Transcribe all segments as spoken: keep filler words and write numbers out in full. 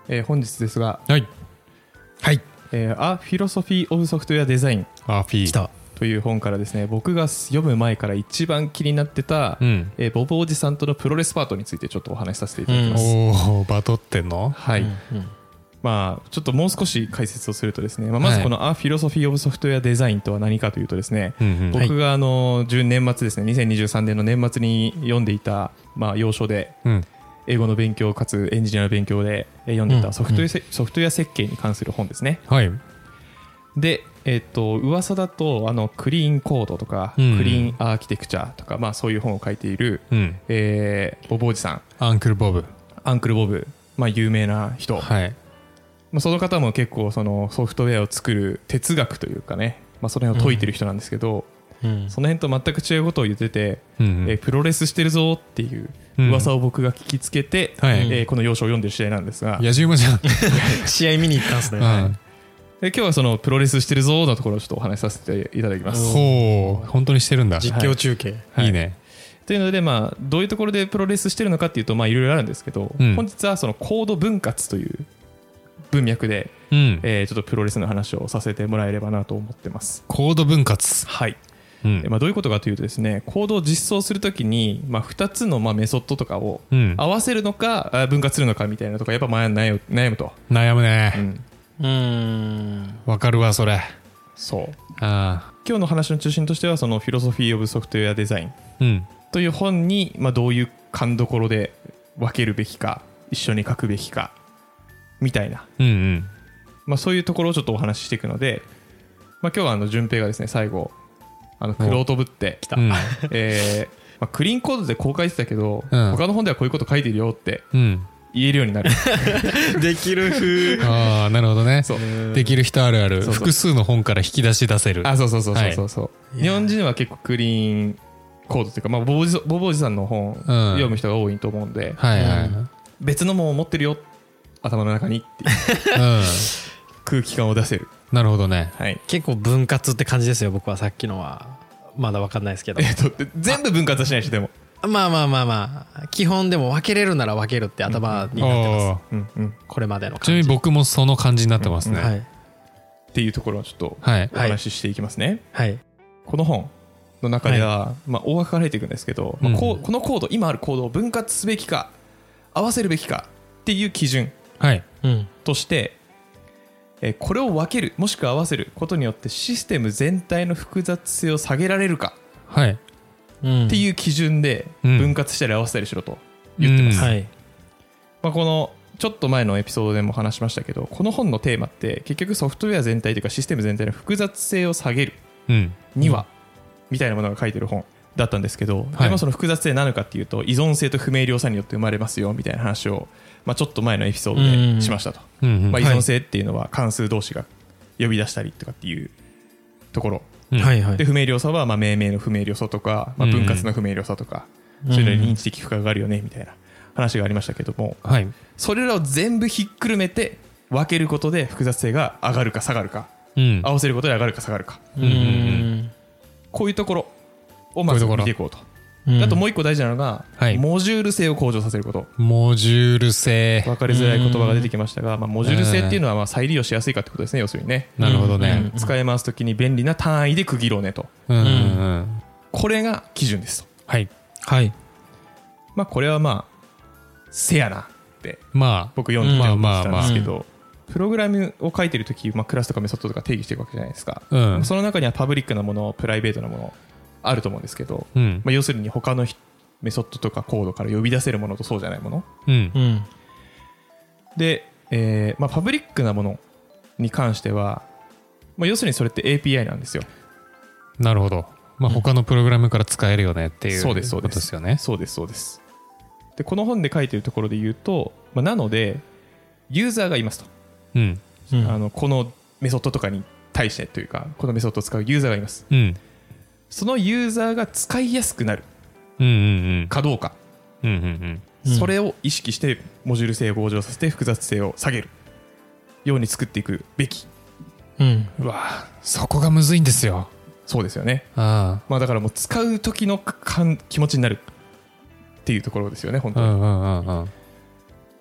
えー、本日ですが、 はいはい、 えー、A Philosophy of Software Design アーフィー来たという本からですね、僕が読む前から一番気になってた、 うんえー、ボブおじさんとのプロレスパートについてちょっとお話しさせていただきます。 おおバトってんのはい、 うんうんまあ、ちょっともう少し解説をするとですね、まあ、まずこの A Philosophy of Software Design とは何かというとですね、 うんうん僕があのじゅう年末ですね、にせんにじゅうさんねんの年末に読んでいた、まあ、要所でうん英語の勉強かつエンジニアの勉強で読んでいうんたソフトウェアせソフトウェア設計に関する本ですね。 はいで、えっと噂だとあのクリーンコードとか、 うんクリーンアーキテクチャとか、まあ、そういう本を書いている、 うんえーボブおじさん、 アンクルボブアンクルボブ、まあ、有名な人、 はいまあ、その方も結構そのソフトウェアを作る哲学というかね、まあ、その辺を解いてる人なんですけど、 うんその辺と全く違うことを言ってて、 うんうんえープロレスしてるぞっていう噂を僕が聞きつけて、 はいえーこの要所を読んでる試合なんですが、 野じ馬じゃん試合見に行ったんですね、 うんで今日はそのプロレスしてるぞのところをちょっとお話しさせていただきます。 ほう本当にしてるんだ実況中継、 はいいいねというので、まあ、どういうところでプロレスしてるのかっていうと、まあ、いろいろあるんですけど、 うん本日はそのコード分割という文脈で、 うんえーちょっとプロレスの話をさせてもらえればなと思ってます。 コード分割はい。 うんえまあ、どういうことかというとですね、コードを実装するときに、まあ、ふたつのまあメソッドとかをうん合わせるのかあ分割するのかみたいなとかやっぱ悩む悩むと、 悩むうねん、 うーんわかるわそれそうあ今日の話の中心としてはそのフィロソフィー・オブ・ソフトウェア・デザインーうんという本に、まあ、どういう勘どころで分けるべきか一緒に書くべきかみたいな、 うんうんまあ、そういうところをちょっとお話ししていくので、まあ、今日はあの順平がですね最後あのクロートぶってきた、 うんえーまあ、クリーンコードでこう書いてたけど、 うん他の本ではこういうこと書いてるよってうん言えるようになるできる風ああなるほどねそうできる人あるあるそうそう複数の本から引き出し出せるあそうそうそうそうそうそう、 はい日本人は結構クリーンコードというか、まあ、ボブおじボブおじさんの本読む人が多いと思うんで、 はいはいはいうん別のものを持ってるよ頭の中にっていううん空気感を出せる、 なるほどねはい結構分割って感じですよ。僕はさっきのはまだ分かんないですけどえっとで全部分割はしないしでもまあまあまあまあ基本でも分けれるなら分けるって頭になってます、 あーうんうんこれまでの感じ。 ちなみに僕もその感じになってますねはいっていうところをちょっとはいお話ししていきますね、 はいこの本の中では、まあ、大枠から入っていくんですけど、まあこうこのコード今あるコードを分割すべきか合わせるべきかっていう基準はいうんとして、えーこれを分けるもしくは合わせることによってシステム全体の複雑性を下げられるかはいうんっていう基準でうん分割したり合わせたりしろと言ってます、 うんはいまあ、このちょっと前のエピソードでも話しましたけどこの本のテーマって結局ソフトウェア全体というかシステム全体の複雑性を下げるうんには、みたいなものが書いてる本だったんですけど、 はいでもその複雑性なのかっていうと依存性と不明瞭さによって生まれますよみたいな話を、まあ、ちょっと前のエピソードでしましたと、 うんうんまあ、依存性っていうのは関数同士が呼び出したりとかっていうところうんはいはいで不明瞭さはまあ命名の不明瞭さとか、まあ、分割の不明瞭さとか、 うんそれらに認知的負荷があるよねみたいな話がありましたけども、 はいそれらを全部ひっくるめて分けることで複雑性が上がるか下がるかうん合わせることで上がるか下がるかうーんこういうところをまずこういうところ見ていこうと。 うんあともう一個大事なのが、 はいモジュール性を向上させること。 モジュール性分かりづらい言葉が出てきましたが、まあ、モジュール性っていうのはまあ再利用しやすいかってことですね、要するにね。 なるほどねうん使い回すときに便利な単位で区切ろうねと。 うんうんうんこれが基準ですと。 はいはいまあ、これはまあ、せやなってまあ僕読んでて思ってたんまあまあまあですけど、プログラムを書いてるとき、まあ、クラスとかメソッドとか定義していくわけじゃないですか。 うんその中にはパブリックなもの、プライベートなものあると思うんですけど、 うんまあ、要するに他のひメソッドとかコードから呼び出せるものとそうじゃないものうんうんで、えーまあ、パブリックなものに関しては、まあ、要するにそれって エーピーアイ なんですよ。 なるほどまあ他のプログラムから使えるよねっていうそうですそうこですとですよねそうですそうですでこの本で書いてるところで言うと、まあ、なのでユーザーがいますと、 うんうんあのこのメソッドとかに対してというかこのメソッドを使うユーザーがいます。 うんそのユーザーが使いやすくなるうんうんかどうか、 うんうんうんうんそれを意識してモジュール性を向上させて複雑性を下げるように作っていくべき。 うんうわそこがむずいんですよそうですよね。 あまあだからもう使う時のかん気持ちになるっていうところですよね本当に、 あうんうんうんうん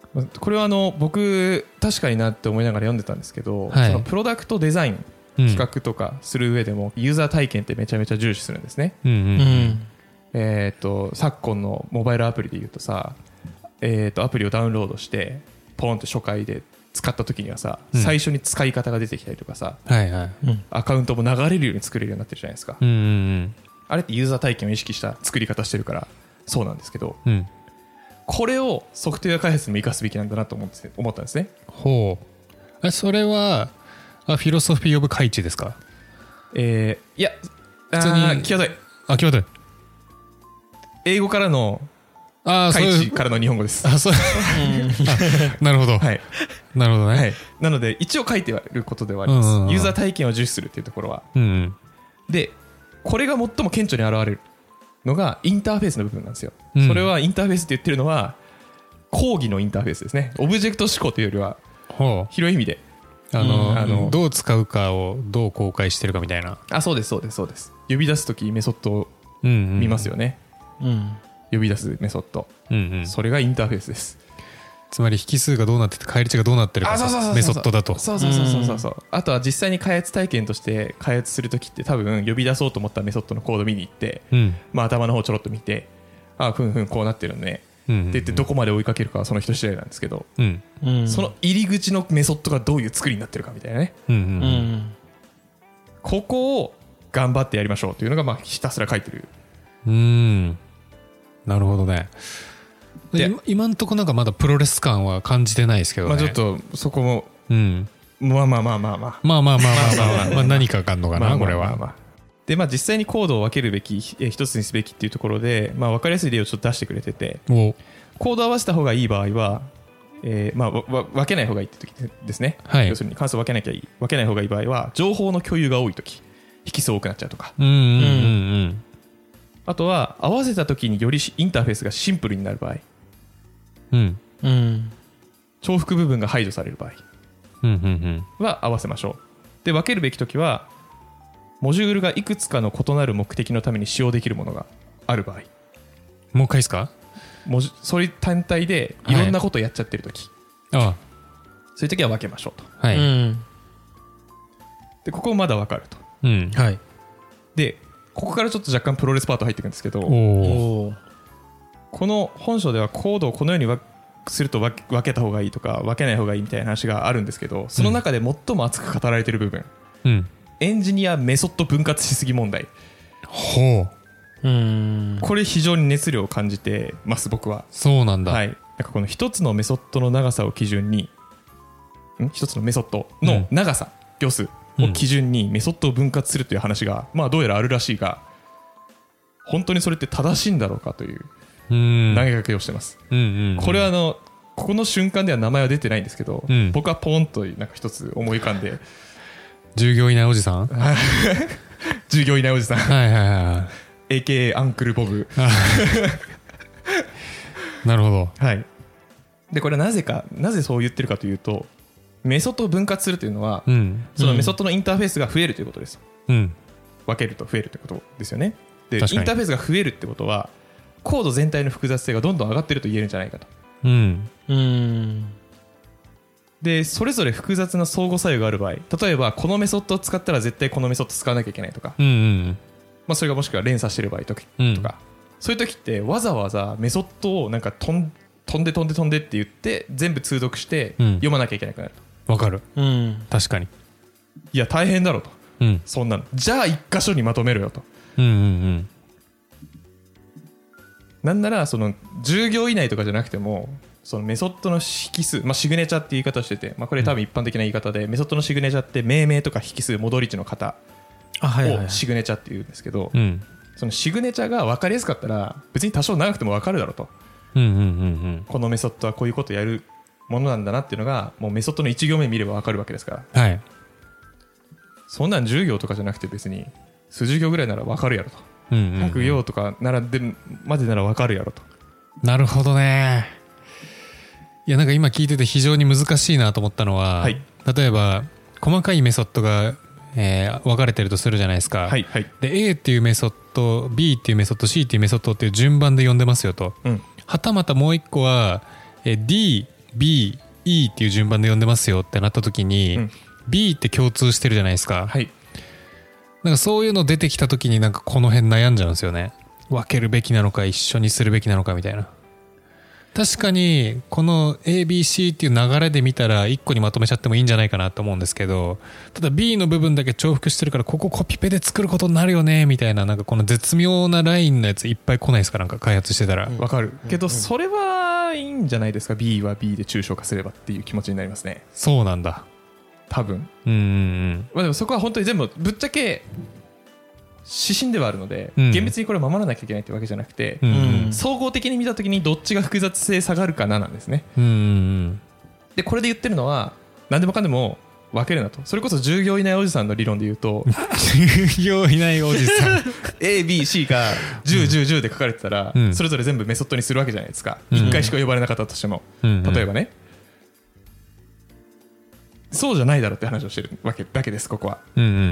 これはあの僕確かになって思いながら読んでたんですけど、 はい、 そのプロダクトデザイン企画とかする上でもユーザー体験ってめちゃめちゃ重視するんですね、 うんうんうん、 えー、と昨今のモバイルアプリでいうとさ、えー、とアプリをダウンロードしてポンと初回で使った時にはさ、うん、最初に使い方が出てきたりとかさ、 はいはい、 アカウントも流れるように作れるようになってるじゃないですか、 うんうんうん、 あれってユーザー体験を意識した作り方してるからそうなんですけど、 うん、 これをソフトウェア開発にも生かすべきなんだなと思って思ったんですね。 ほう、それはあフィロソフィー・オブ・カイチですか？ えー、いや普通に際どいあ際どい英語からのあカイチからの日本語です。 あそうあなるほど、 はい、 なるほどね、 はい、なので一応書いてあることではあります、うんうんうん、ユーザー体験を重視するっていうところは、 うんうん、 でこれが最も顕著に現れるのがインターフェースの部分なんですよ、 うん、 それはインターフェースって言ってるのは講義のインターフェースですね。オブジェクト思考というよりは広い意味であの、うん、あのどう使うかをどう公開してるかみたいな。 あそうですそうですそうです。呼び出すときメソッドを見ますよね、うんうん、呼び出すメソッド、うんうん、それがインターフェースです。 つまり引数がどうなってて返り値がどうなってるかメソッドだと。 そうそうそうそうそうそう。あとは実際に開発体験として開発するときって多分呼び出そうと思ったメソッドのコード見に行って、うんまあ、頭の方ちょろっと見てあふんふんこうなってるねって言ってどこまで追いかけるかはその人次第なんですけど、うんうん、その入り口のメソッドがどういう作りになってるかみたいなね、うんうんうん、ここを頑張ってやりましょうというのがまあひたすら書いてる。 うーんなるほどね。で今んとこなんかまだプロレス感は感じてないですけどね。 まあちょっとそこも、うん、まあまあまあまあまあまあまあまあまあまあまあ何かがあんのかなこれは。 でまあ実際にコードを分けるべき一つにすべきっていうところでまあ分かりやすい例をちょっと出してくれてて、コードを合わせた方がいい場合は、えー、まあ分けない方がいいって時ですね、はい、要するに関数を分けなきゃいい分けない方がいい場合は情報の共有が多い時引数多くなっちゃうとか、うんうんうんうん、あとは合わせた時によりインターフェースがシンプルになる場合、うんうん、重複部分が排除される場合は合わせましょう。で分けるべき時はモジュールがいくつかの異なる目的のために使用できるものがある場合、 もう一回ですか？ もじそれ単体でいろんなことをやっちゃってる時、はい、ああそういう時は分けましょうと、はい、でここまだ分かると、うんはい、でここからちょっと若干プロレスパート入っていくんですけど、おこの本書ではコードをこのようにすると分けた方がいいとか分けない方がいいみたいな話があるんですけど、その中で最も熱く語られている部分、うん、エンジニアメソッド分割しすぎ問題。ほう。うーんこれ非常に熱量を感じてます僕は。 そうなんだ。 はい。なんかこの一つのメソッドの長さを基準に、ん一つのメソッドの長さ、うん、行数を基準にメソッドを分割するという話が、まあどうやらあるらしいが、本当にそれって正しいんだろうかという投げかけをしてます。うんうんうん、これはあのここの瞬間では名前は出てないんですけど、うん、僕はポンとなんか一つ思い浮かんで。 従業員いないおじさん従業員いないおじさんはいはいはい エーケー アンクルボブなるほど、 はい、でこれはなぜかなぜそう言ってるかというとメソッドを分割するというのは、うん、そのメソッドのインターフェースが増えるということです、うん、分けると増えるということですよね。でインターフェースが増えるってことはコード全体の複雑性がどんどん上がっていると言えるんじゃないかと、うん、うんでそれぞれ複雑な相互作用がある場合、例えばこのメソッドを使ったら絶対このメソッド使わなきゃいけないとか、うんうんまあ、それがもしくは連鎖している場合とか、うん、そういう時ってわざわざメソッドをなんか飛ん飛んで飛んで飛んでって言って全部通読して読まなきゃいけなくなると。わかる、うん、確かに。 いや大変だろうと、うん、そんなのじゃあ一箇所にまとめろよと、うんうんうん、なんならそのじゅう行以内とかじゃなくてもそのメソッドの引数、まあ、シグネチャっていう言い方をしてて、まあ、これ多分一般的な言い方で、うん、メソッドのシグネチャって命名とか引数戻り値の型をシグネチャって言うんですけど、はいはいはい、そのシグネチャが分かりやすかったら別に多少長くても分かるだろうと、うんうんうんうん、このメソッドはこういうことをやるものなんだなっていうのがもうメソッドのいち行目見れば分かるわけですから、はい、そんなんじゅう行とかじゃなくて別に数十行ぐらいなら分かるやろと、うんうんうん、ひゃく行とかならでまでなら分かるやろと。 なるほどね。いやなんか今聞いてて非常に難しいなと思ったのは、はい、例えば細かいメソッドが、えー、分かれてるとするじゃないですか、はいはい、で A っていうメソッド B っていうメソッド C っていうメソッドっていう順番で呼んでますよと、うん、はたまたもう一個は、えー、D B、E っていう順番で呼んでますよってなった時に、うん、B って共通してるじゃないですか。 はい。 なんかそういうの出てきた時になんかこの辺悩んじゃうんですよね。分けるべきなのか一緒にするべきなのかみたいな。確かにこの エービーシー っていう流れで見たらいっこにまとめちゃってもいいんじゃないかなと思うんですけど、ただ B の部分だけ重複してるからここコピペで作ることになるよねみたいな、なんかこの絶妙なラインのやついっぱい来ないですか？なんか開発してたら。 わかるけどそれはいいんじゃないですか。 B は B で抽象化すればっていう気持ちになりますね。 そうなんだ多分。 うんうんうん。 まあでもそこは本当に全部ぶっちゃけ指針ではあるので、うん、厳密にこれを守らなきゃいけないってわけじゃなくて、うん、総合的に見たときにどっちが複雑性下がるかななんですね、 うんうん、 でこれで言ってるのは何でもかんでも分けるなと。それこそじゅうぎょう以内おじさんの理論で言うとじゅうぎょう以内おじさん A、B、C がじゅう、じゅう、じゅうで書かれてたら、うん、それぞれ全部メソッドにするわけじゃないですか、うん、いっかいしか呼ばれなかったとしても、うん、例えばね、そうじゃないだろって話をしてるわけだけですここは、 うんうんうん。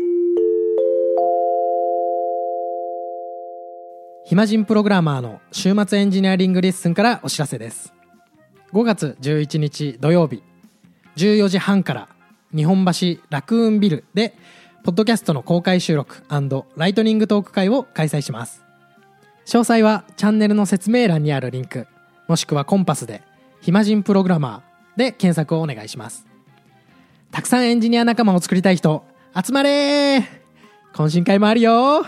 暇人プログラマーの週末エンジニアリングレッスンからお知らせです。ごがつじゅういちにち土曜日じゅうよじはんから日本橋ラクーンビルでポッドキャストの公開収録&ライトニングトーク会を開催します。詳細はチャンネルの説明欄にあるリンクもしくはコンパスで暇人プログラマーで検索をお願いします。たくさんエンジニア仲間を作りたい人集まれー。懇親会もあるよ。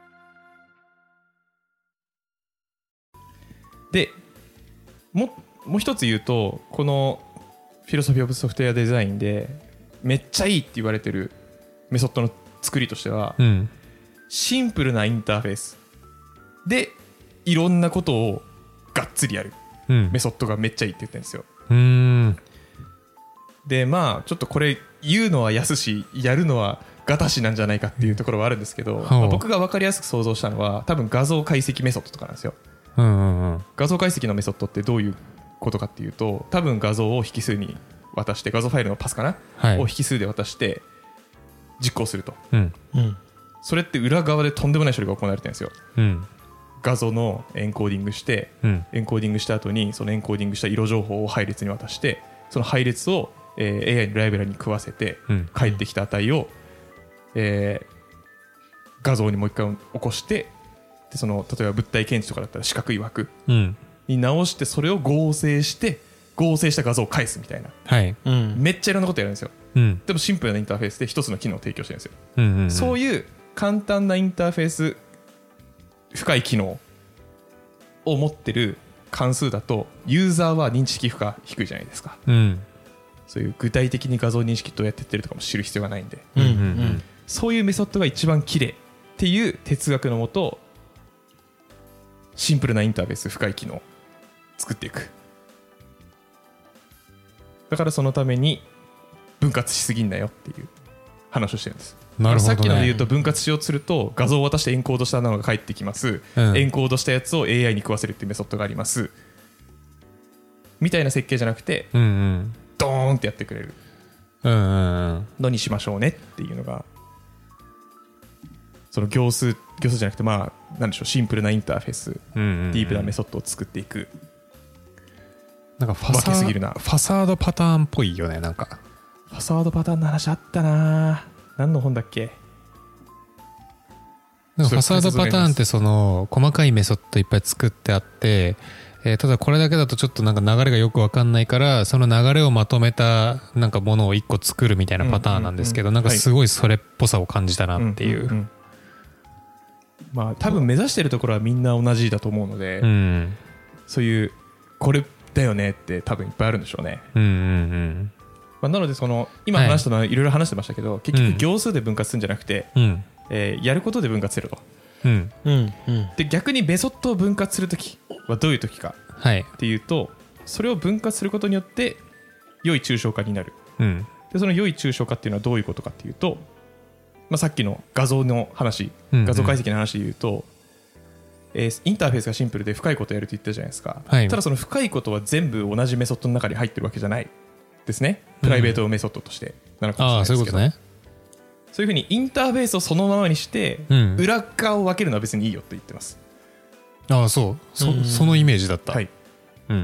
でももう一つ言うと、このフィロソフィー・オブ・ソフトウェア・デザインでめっちゃいいって言われてるメソッドの作りとしては、うん、シンプルなインターフェースでいろんなことをがっつりやる、うん、メソッドがめっちゃいいって言ってるんですよ。 うーんでまあちょっとこれ言うのは安しやるのはガタしなんじゃないかっていうところはあるんですけど、うんまあ、僕が分かりやすく想像したのは多分画像解析メソッドとかなんですよ。 うんうんうん、 画像解析のメソッドってどういうことかっていうと、多分画像を引数に渡して画像ファイルのパスかな、はい、を引数で渡して実行すると、 うんうん、 それって裏側でとんでもない処理が行われてるんですよ、 うん、 画像のエンコーディングして、うん、エンコーディングした後にそのエンコーディングした色情報を配列に渡して、その配列を、えー、エーアイ のライブラリに食わせて、うん、返ってきた値を、えー、画像にもう一回起こして、でその例えば物体検知とかだったら四角い枠に直してそれを合成して合成した画像を返すみたいな、 はいうん、 めっちゃいろんなことやるんですよ、うん、でもシンプルなインターフェースで一つの機能を提供してるんですよ、 うんうんうん、 そういう簡単なインターフェース深い機能を持ってる関数だとユーザーは認知識負荷低いじゃないですか、 うん、 そういう具体的に画像認識どうやってやってるとかも知る必要がないんで、 うんうんうん、 そういうメソッドが一番綺麗っていう哲学のもとシンプルなインターフェース深い機能を作っていく。だからそのために分割しすぎんなよっていう話をしてるんです。 なるほどね、 さっきので言うと分割しようとすると画像を渡してエンコードしたのが返ってきます、うん、エンコードしたやつを エーアイ に食わせるっていうメソッドがありますみたいな設計じゃなくて、 うんうん、 ドーンってやってくれるのにしましょうねっていうのが、その行数行数じゃなくて、まあなんでしょう、シンプルなインターフェース、 うんうんうん、 ディープなメソッドを作っていく。 なんかファサード、ファサードパターンっぽいよね。なんかファサードパターンの話あったな。何の本だっけ。 なんかファサードパターンってその細かいメソッドいっぱい作ってあって、えー、ただこれだけだとちょっとなんか流れがよく分かんないから、その流れをまとめたなんかものをいっこ作るみたいなパターンなんですけど、なんかすごいそれっぽさを感じたなっていう、うんうんうん、 まあ多分目指してるところはみんな同じだと思うので、 うん、 そういうこれだよねって多分いっぱいあるんでしょうね、 うんうんうんまあ、なのでその今話したのはいろいろ話してましたけど、はい、結局行数で分割するんじゃなくて、 うんえー、やることで分割すると、 うんうんうん、 で逆にメソッドを分割するときはどういうときかっていうと、はい、それを分割することによって良い抽象化になる、 うん、 でその良い抽象化っていうのはどういうことかっていうと、まあ、さっきの画像の話、画像解析の話で言うと、うんうんえー、インターフェースがシンプルで深いことをやると言ったじゃないですか、 はい、 ただその深いことは全部同じメソッドの中に入ってるわけじゃないですね。プライベートメソッドとしてなのかもしれないですけど、 ああ、そういうことね。 そういうふうにインターフェースをそのままにして、うん、裏側を分けるのは別にいいよと言ってます。 ああ、そう そ, そのイメージだった、 はいうん、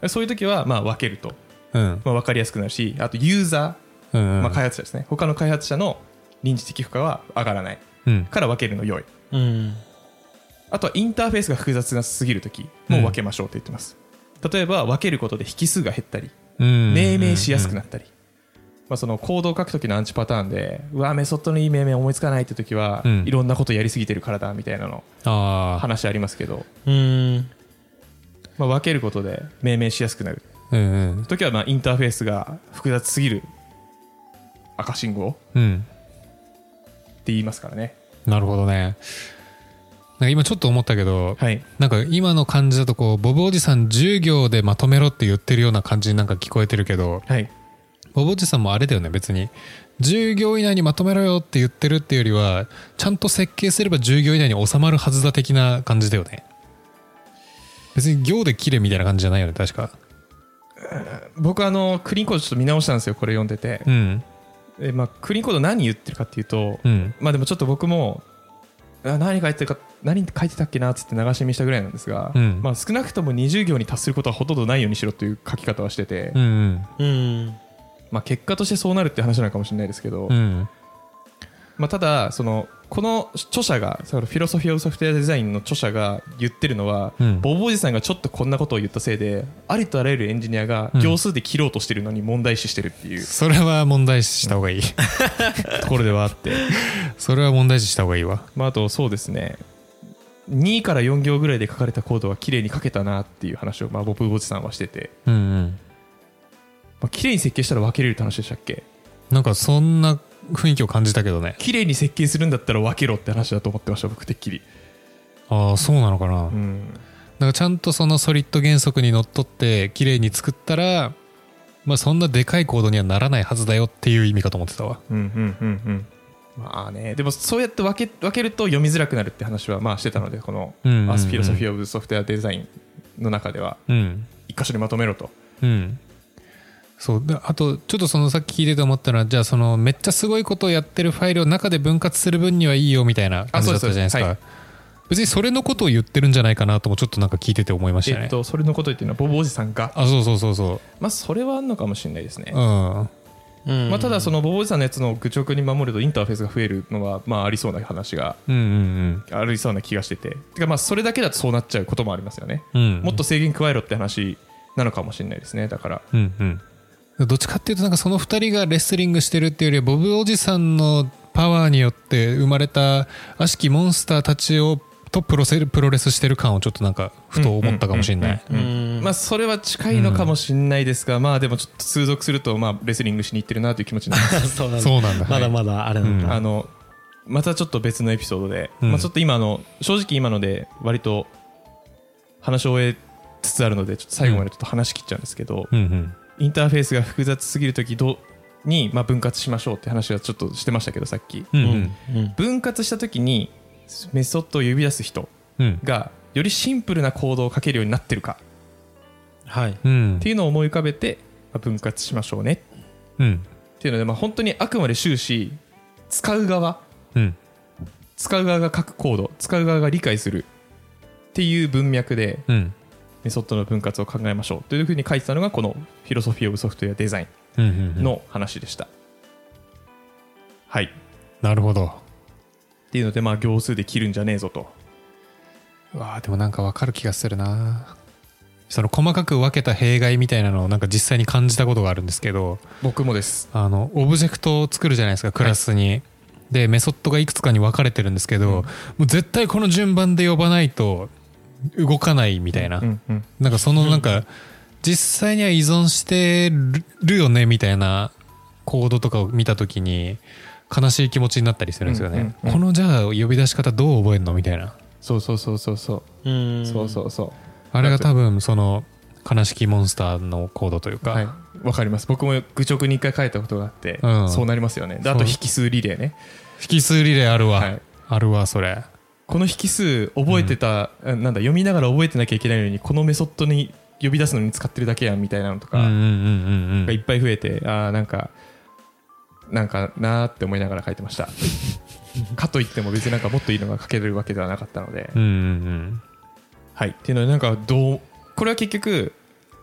そういう時はまあ分けると、 うんまあ、分かりやすくなるし、あとユーザー、うんうんまあ、開発者ですね、他の開発者の臨時的負荷は上がらないから分けるの良い、うん、あとはインターフェースが複雑なすぎる時も分けましょうと言ってます、うん、例えば分けることで引数が減ったり、うん、命名しやすくなったり、うんまあ、そのコードを書く時のアンチパターンでうわメソッドのいい命名思いつかないって時は、うん、いろんなことやりすぎてるからだみたいなの話ありますけど、うんまあ、分けることで命名しやすくなる、うんうん、時はまあインターフェースが複雑すぎる赤信号、うん、って言いますからね。 なるほどね。なんか今ちょっと思ったけど、はい、なんか今の感じだとこうボブおじさんじゅう行でまとめろって言ってるような感じになんか聞こえてるけど、はいボブおじさんもあれだよね別にじゅう行以内にまとめろよって言ってるっていうよりはちゃんと設計すればじゅう行以内に収まるはずだ的な感じだよね。別に行で切れみたいな感じじゃないよね確か。 僕あのクリーンコードちょっと見直したんですよこれ読んでて、うんえまあ、クリーンコード何言ってるかっていうと、うん、まあでもちょっと僕もあ何書いてるか何書いてたっけなっつって流し見したぐらいなんですが、うんまあ、少なくともにじゅう行に達することはほとんどないようにしろという書き方はしてて、うんうんうんまあ、結果としてそうなるって話なのかもしれないですけど、うんまあ、ただそのこの著者がそのフィロソフィー・オブ・ソフトウェア・デザインの著者が言ってるのは、うん、ボブおじさんがちょっとこんなことを言ったせいでありとあらゆるエンジニアが行数で切ろうとしてるのに問題視してるっていう、うん、 それは問題視した方がいいところではあってそれは問題視した方がいいわ、 まあ、あとそうですねにからよん行ぐらいで書かれたコードは綺麗に書けたなっていう話をまあボブおじさんはしてて、うんうんまあ、綺麗に設計したら分けれるって話でしたっけ。 なんかそんな雰囲気を感じたけどね。 綺麗に設計するんだったら分けろって話だと思ってました僕てっきり。 ああそうなのかな、うん、なんかちゃんとそのソリッド原則にのっとって綺麗に作ったらまあそんなでかいコードにはならないはずだよっていう意味かと思ってたわ。うんうんうんうんまあね、でもそうやって分け、分けると読みづらくなるって話はまあしてたのでこの「アスフィロソフィー・オブ・ソフトウェア・デザイン」の中では一箇所にまとめろと、うん、 そうであとちょっとそのさっき聞いてて思ったのはじゃあそのめっちゃすごいことをやってるファイルを中で分割する分にはいいよみたいな感じだったじゃないですか。はい、別にそれのことを言ってるんじゃないかなともちょっとなんか聞いてて思いましたね。 えっとそれのことっていうのはボブおじさんがあそうそうそうそうまあそれはあんのかもしれないですね。うんうんまあ、ただそのボブおじさんのやつの愚直に守るとインターフェースが増えるのはまあありそうな話がありそうな気がしてて、てかまあそれだけだとそうなっちゃうこともありますよね、うん、もっと制限加えろって話なのかもしれないですね。だから、うんうん、どっちかっていうとなんかそのふたりがレスリングしてるっていうよりはボブおじさんのパワーによって生まれた悪しきモンスターたちをとプロセプロレスしてる感をちょっとなんかふと思ったかもしれない。 まあそれは近いのかもしれないですが、うん、まあでもちょっと通俗するとまあレスリングしに行ってるなという気持ちになりますそうなんだ、そうなんだまだまだあれなんだ、 うん、あのまたちょっと別のエピソードで、うんまあ、ちょっと今の正直今ので割と話を終えつつあるのでちょっと最後までちょっと話し切っちゃうんですけど、うんうん、インターフェースが複雑すぎるときどにまあ分割しましょうって話はちょっとしてましたけどさっき、うんうんうん、分割したときにメソッドを呼び出す人がよりシンプルなコードを書けるようになってるか、はい、っていうのを思い浮かべて分割しましょうね、うん、っていうのでまあ本当にあくまで終始使う側、うん、使う側が書くコード使う側が理解するっていう文脈でメソッドの分割を考えましょうというふうに書いてたのがこのフィロソフィー・オブ・ソフトウェア・デザインの話でした。はい、 なるほどっていうのでまあ行数で切るんじゃねえぞと。 うわでもなんか分かる気がするな。その細かく分けた弊害みたいなのをなんか実際に感じたことがあるんですけど。 僕もです。 あのオブジェクトを作るじゃないですかクラスに、はい、でメソッドがいくつかに分かれてるんですけど、うん、もう絶対この順番で呼ばないと動かないみたいな、うんうん、なんかそのなんか実際には依存してるよねみたいなコードとかを見たときに悲しい気持ちになったりするんですよね、うんうんうん、このじゃあ呼び出し方どう覚えるのみたいな。 そうそうそうそうそううんそうそうそうあれが多分その悲しきモンスターのコードというか、はい、 わかります。僕も愚直に一回書いたことがあって、うん、そうなりますよね。であと引数リレーね。 引数リレーあるわ、はい、あるわそれ。 この引数覚えてた、うん、なんだ読みながら覚えてなきゃいけないのにこのメソッドに呼び出すのに使ってるだけやんみたいなのとかがいっぱい増えて、ああなんかなんかなーって思いながら書いてましたかといっても別になんかもっといいのが書けるわけではなかったので、うんうんうん、はいっていうのでなんかどうこれは結局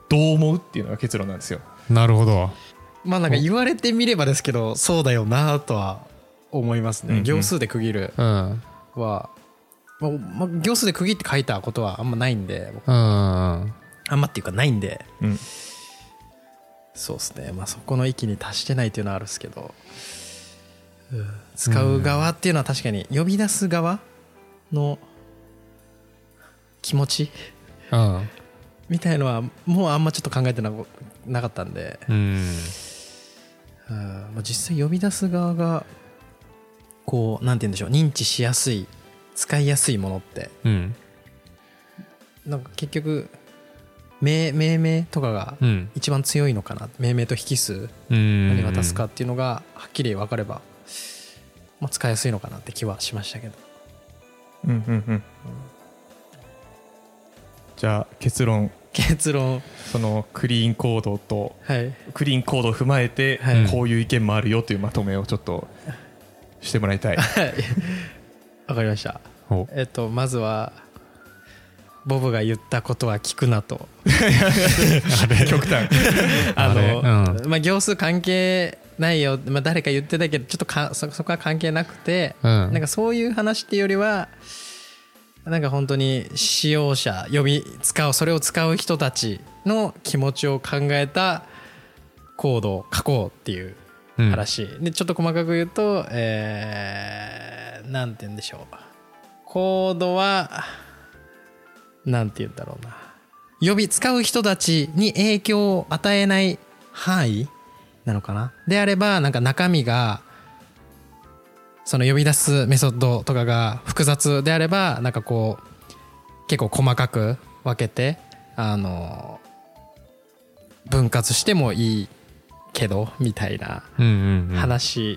どう思うっていうのが結論なんですよ。 なるほど。 まあなんか言われてみればですけどそうだよなとは思いますね、うんうん、行数で区切るは、うんまあ、行数で区切って書いたことはあんまないんで、うん、あんまっていうかないんで、うん、そうですね、まあ、そこの域に達してないっていうのはあるんですけど、うん、使う側っていうのは確かに呼び出す側の気持ち、うん、みたいのはもうあんまちょっと考えて な, なかったんで、うんうんまあ、実際呼び出す側がこうなんて言うんでしょう認知しやすい使いやすいものって、うん、なんか結局命名とかが一番強いのかな、うん、命名と引数何が出すかっていうのがはっきり分かれば、まあ、使いやすいのかなって気はしましたけど、うんうんうんうん、 じゃあ結論結論そのクリーンコードと、はい、クリーンコードを踏まえて、はい、こういう意見もあるよというまとめをちょっとしてもらいたい。 わかりました。えっとまずはボブが言ったことは聞くなと。 あれ極端。 あの、うん、まあ行数関係ないよ、まあ、誰か言ってたけどちょっとか そ, そこは関係なくて、うん、なんかそういう話っていうよりはなんか本当に使用者呼び使うそれを使う人たちの気持ちを考えたコードを書こうっていう話、うん、でちょっと細かく言うと、えー、なんて言うんでしょう、コードはなんて言うんだろうな、呼び使う人たちに影響を与えない範囲なのかな、であればなんか中身がその呼び出すメソッドとかが複雑であればなんかこう結構細かく分けてあの分割してもいいけどみたいな話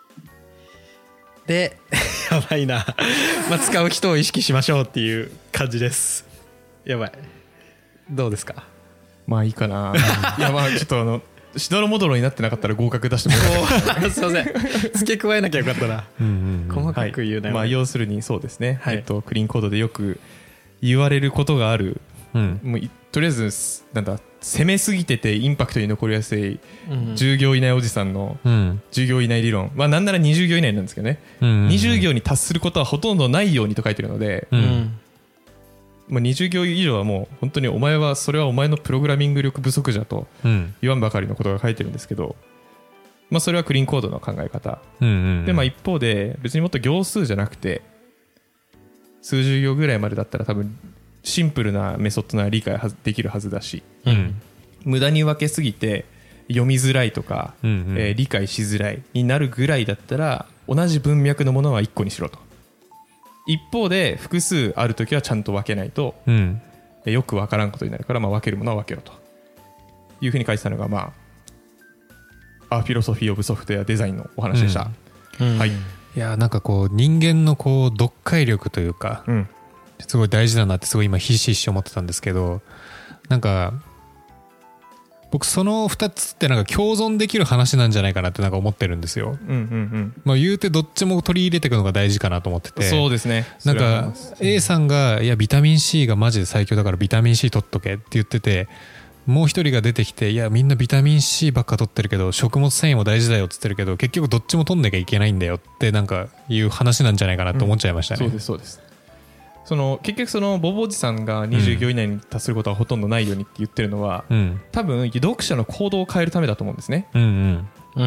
でやばいなまあ使う人を意識しましょうっていう感じです。やばい、どうですか。 まあいいかな。いやまあちょっとあのしどろもどろになってなかったら合格出してもらう。すいません、付け加えなきゃよかったな。うんうん、細かく言うなよ、 はい、まあ要するにそうですね、はい、えっと、クリーンコードでよく言われることがある、うん、もうとりあえずなんだ攻めすぎててインパクトに残りやすいじゅう行以内おじさんのじゅう行以内理論、まあなんならにじゅう行以内なんですけどね、うんうんうん、にじゅう行に達することはほとんどないようにと書いてるので、うん、まあ、にじゅう行以上はもう本当にお前はそれはお前のプログラミング力不足じゃと言わんばかりのことが書いてるんですけど、まあそれはクリーンコードの考え方、うんうんうん、でまあ一方で別にもっと行数じゃなくて数十行ぐらいまでだったら多分シンプルなメソッドなら理解できるはずだし、うん、無駄に分けすぎて読みづらいとか、うんうん、えー、理解しづらいになるぐらいだったら同じ文脈のものはいっこにしろと。一方で複数あるときはちゃんと分けないと、うん、よく分からんことになるから、まあ、分けるものは分けろというふうに書いてたのが、まあ、A Philosophy of Software Designのお話でした、うんうん、はい、いやなんかこう人間のこう読解力というか、うん、すごい大事だなってすごい今ひしひし思ってたんですけど、なんか僕そのふたつってなんか共存できる話なんじゃないかなってなんか思ってるんですよ、うんうんうん、まあ言うてどっちも取り入れていくのが大事かなと思ってて、 そうですね、 なんか A さんがいやビタミン C がマジで最強だからビタミン C 取っとけって言ってて、もう一人が出てきていやみんなビタミン C ばっか取ってるけど食物繊維も大事だよって言ってるけど結局どっちも取んなきゃいけないんだよってなんかいう話なんじゃないかなと思っちゃいましたね、 うん、そうですそうです。その結局そのボブおじさんがにじゅう行以内に達することはほとんどないようにって言ってるのは、うん、多分読者の行動を変えるためだと思うんですね、うんうん、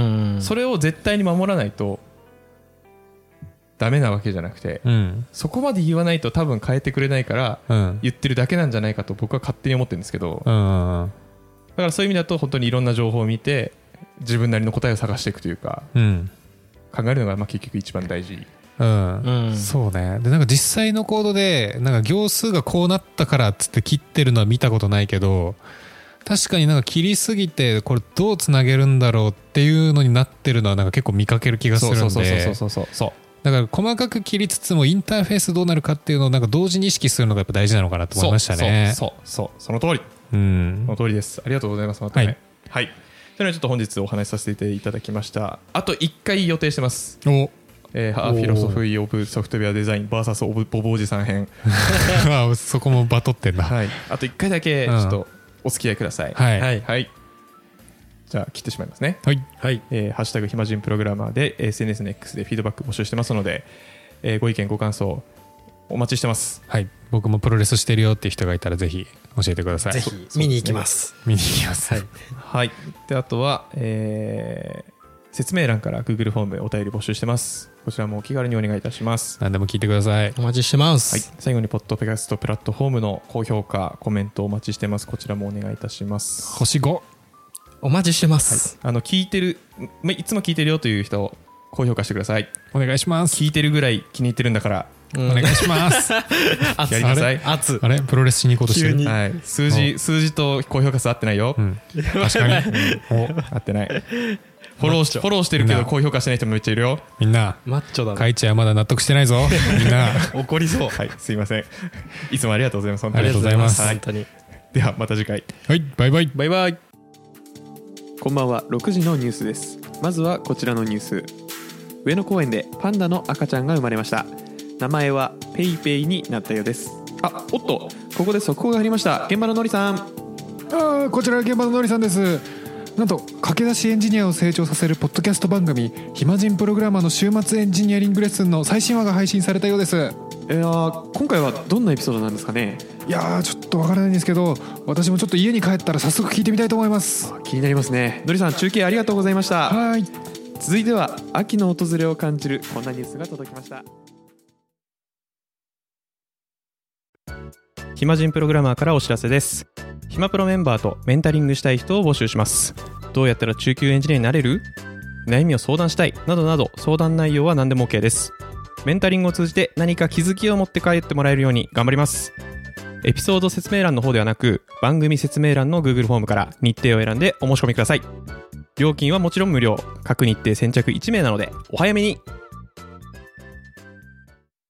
それを絶対に守らないとダメなわけじゃなくて、うん、そこまで言わないと多分変えてくれないから言ってるだけなんじゃないかと僕は勝手に思ってるんですけど、うん、だからそういう意味だと本当にいろんな情報を見て自分なりの答えを探していくというか、うん、考えるのがまあ結局一番大事。 うんうん、そうね。でなんか実際のコードでなんか行数がこうなったからっつって切ってるのは見たことないけど、確かになんか切りすぎてこれどうつなげるんだろうっていうのになってるのはなんか結構見かける気がするんで、そうそうそうそうそうそう、だから細かく切りつつもインターフェースどうなるかっていうのをなんか同時に意識するのがやっぱ大事なのかなと思いましたね。 そうそうそうそう、その通り、うん、その通りです。ありがとうございます。またね、はい、はい、というのはちょっと本日お話しさせていただきました。あといっかい予定してます。おえー、フィロソフィー・オブ・ソフトウェア・デザイン ブイエス オブ・ボブおじさん編あそこもバトってんだ、 はい、あといっかいだけちょっとお付き合いください。 はい、 はいはい、じゃあ切ってしまいますね。 はい、 はいえー、ハッシュタグ暇人プログラマーで エスエヌエス の X でフィードバック募集してますので、えー、ご意見ご感想お待ちしてます。 はい、僕もプロレスしてるよっていう人がいたらぜひ教えてください。 ぜひ見に行きます。 見に行きます。はい、 はい、であとは、えー、説明欄から Google フォームでお便り募集してます。こちらもお気軽にお願いいたします。 何でも聞いてください。 お待ちしてます。 はい、最後にポッドキャストプラットフォームの高評価コメントお待ちしてます。こちらもお願いいたします。 星ごお待ちしてます。 はい、あの聞いてるいつも聞いてるよという人高評価してください。 お願いします。 聞いてるぐらい気に入ってるんだから、 うん、お願いしますやりなさい。 あれあれプロレスしに行こうとしてる、 はい、数字数字と高評価数合ってないよ、うん、 確かに、 うん、合ってない。フォローしフォローしてるけど高評価してない人もめっちゃいるよ。 みんなマッチョだな。 カイチはまだ納得してないぞみんな怒りそう。はい、すいません。いつもありがとうございます。 本当にありがとうございます、 はい、 本当に。 ではまた次回。 はいバイバイバイバイ。こんばんは。ろくじのニュースです。まずはこちらのニュース。上野公園でパンダの赤ちゃんが生まれました。名前はペイペイになったようです。あ、おっと、ここで速報がありました。現場ののりさん。 あ、こちら現場ののりさんです。なんと駆け出しエンジニアを成長させるポッドキャスト番組暇人プログラマーの週末エンジニアリングレッスンの最新話が配信されたようです。 いや今回はどんなエピソードなんですかね。 いやちょっとわからないんですけど、私もちょっと家に帰ったら早速聞いてみたいと思います。 気になりますね。のりさん、中継ありがとうございました。 はい。 続いては秋の訪れを感じるこんなニュースが届きました。暇人プログラマーからお知らせです。暇プロメンバーとメンタリングしたい人を募集します。どうやったら中級エンジニアになれる？悩みを相談したいなどなど、相談内容は何でも OK です。メンタリングを通じて何か気づきを持って帰ってもらえるように頑張ります。エピソード説明欄の方ではなく、番組説明欄の Google フォームから日程を選んでお申し込みください。料金はもちろん無料。各日程先着いち名なのでお早めに。